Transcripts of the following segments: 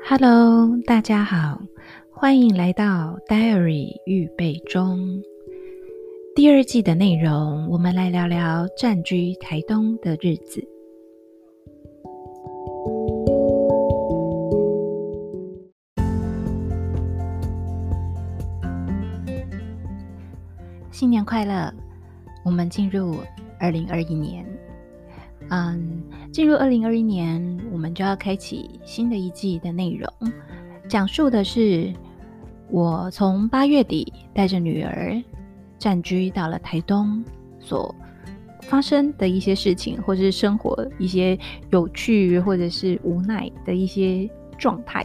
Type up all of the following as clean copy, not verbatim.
Hello，大家好，欢迎来到 Diary 预备中。第二季的内容，我们来聊聊暂居台东的日子。新年快乐！我们进入2021年。进入2021年，我们就要开启新的一季的内容，讲述的是我从8月底带着女儿暂居到了台东所发生的一些事情，或者是生活一些有趣或者是无奈的一些状态。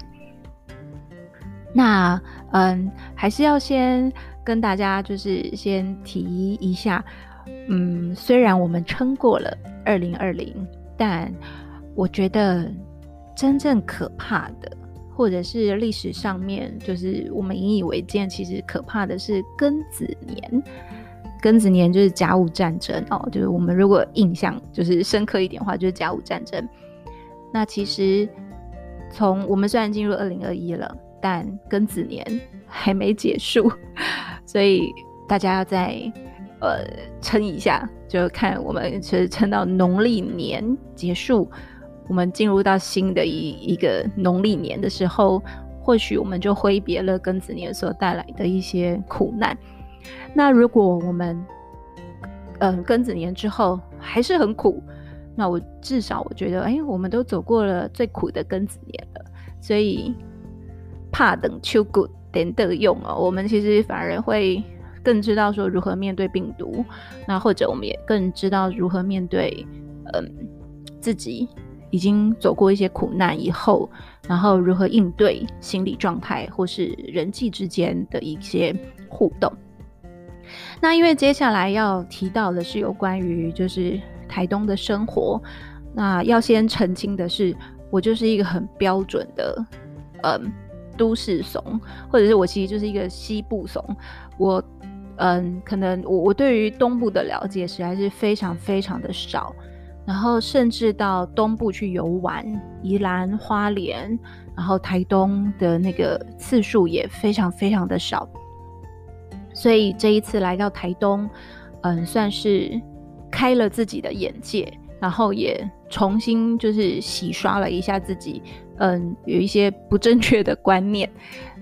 那还是要先跟大家就是先提一下，虽然我们撑过了2020，但我觉得真正可怕的，或者是历史上面就是我们引以为戒，其实可怕的是庚子年。庚子年就是甲午战争就是我们如果印象就是深刻一点的话，就是甲午战争。那其实从我们虽然进入2021了，但庚子年还没结束，所以大家要再撑一下，就看我们是撑到农历年结束，我们进入到新的一个农历年的时候，或许我们就挥别了庚子年所带来的一些苦难。那如果我们庚子年之后还是很苦，那至少我觉得我们都走过了最苦的庚子年了，所以怕等秋骨点得用我们其实反而会更知道说如何面对病毒，那或者我们也更知道如何面对自己已经走过一些苦难以后，然后如何应对心理状态或是人际之间的一些互动。那因为接下来要提到的是有关于就是台东的生活，那要先澄清的是，我就是一个很标准的都市怂，或者是我其实就是一个西部怂。我可能我对于东部的了解实在是非常非常的少，然后甚至到东部去游玩，宜兰、花莲，然后台东的那个次数也非常非常的少。所以这一次来到台东，算是开了自己的眼界，然后也重新就是洗刷了一下自己，有一些不正确的观念，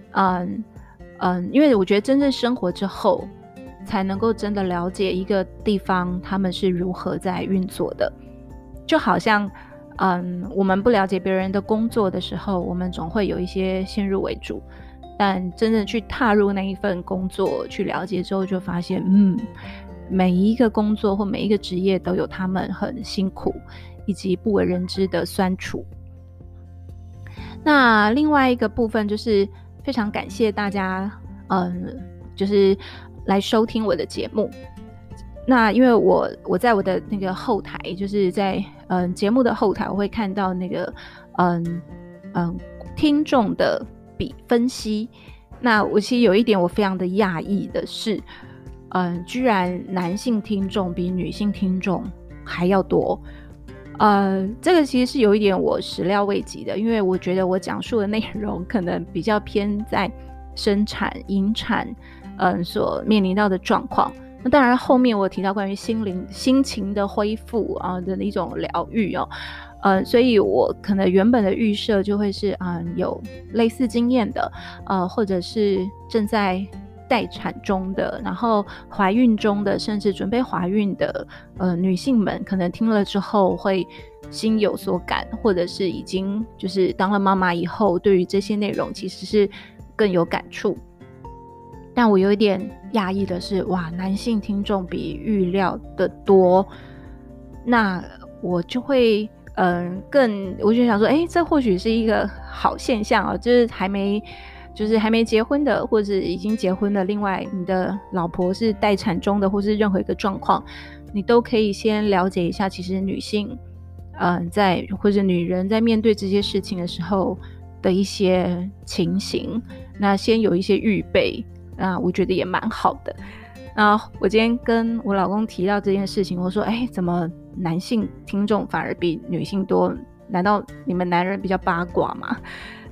因为我觉得真正生活之后，才能够真的了解一个地方他们是如何在运作的。就好像我们不了解别人的工作的时候，我们总会有一些先入为主，但真正去踏入那一份工作去了解之后，就发现每一个工作或每一个职业都有他们很辛苦以及不为人知的酸楚。那另外一个部分就是非常感谢大家就是来收听我的节目。那因为我在我的那个后台，就是在节目的后台，我会看到那个听众的分析。那我其实有一点我非常的讶异的是，居然男性听众比女性听众还要多。这个其实是有一点我始料未及的，因为我觉得我讲述的内容可能比较偏在生产、引产所面临到的状况。那当然后面我提到关于心情的恢复的一种疗愈所以我可能原本的预设就会是有类似经验的或者是正在待产中的，然后怀孕中的，甚至准备怀孕的女性们，可能听了之后会心有所感，或者是已经就是当了妈妈以后，对于这些内容其实是更有感触。但我有一点讶异的是，哇，男性听众比预料的多。那我就会我就想说这或许是一个好现象就是还没结婚的，或者已经结婚的，另外你的老婆是待产中的，或是任何一个状况，你都可以先了解一下，其实女性或者女人在面对这些事情的时候的一些情形，那先有一些预备，那我觉得也蛮好的。那我今天跟我老公提到这件事情，我说怎么男性听众反而比女性多，难道你们男人比较八卦吗？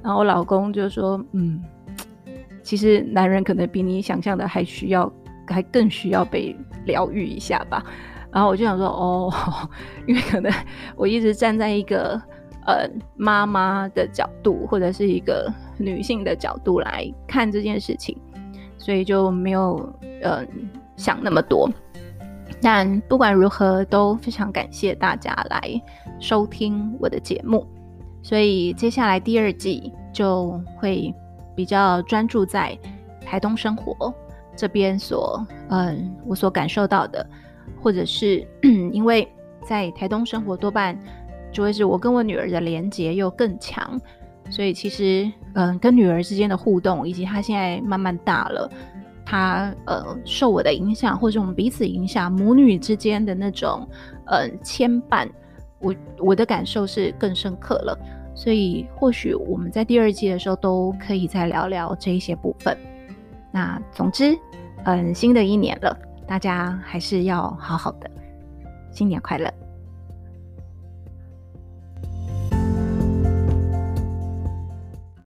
然后我老公就说其实男人可能比你想象的还更需要被疗愈一下吧。然后我就想说因为可能我一直站在一个妈妈的角度或者是一个女性的角度来看这件事情，所以就没有想那么多。但不管如何都非常感谢大家来收听我的节目，所以接下来第2季就会比较专注在台东生活这边我所感受到的，或者是因为在台东生活多半就会是我跟我女儿的连结又更强，所以其实跟女儿之间的互动，以及她现在慢慢大了，她受我的影响，或者我们彼此影响，母女之间的那种牵绊，我的感受是更深刻了。所以或许我们在第2季的时候都可以再聊聊这一些部分。那总之新的一年了，大家还是要好好的，新年快乐。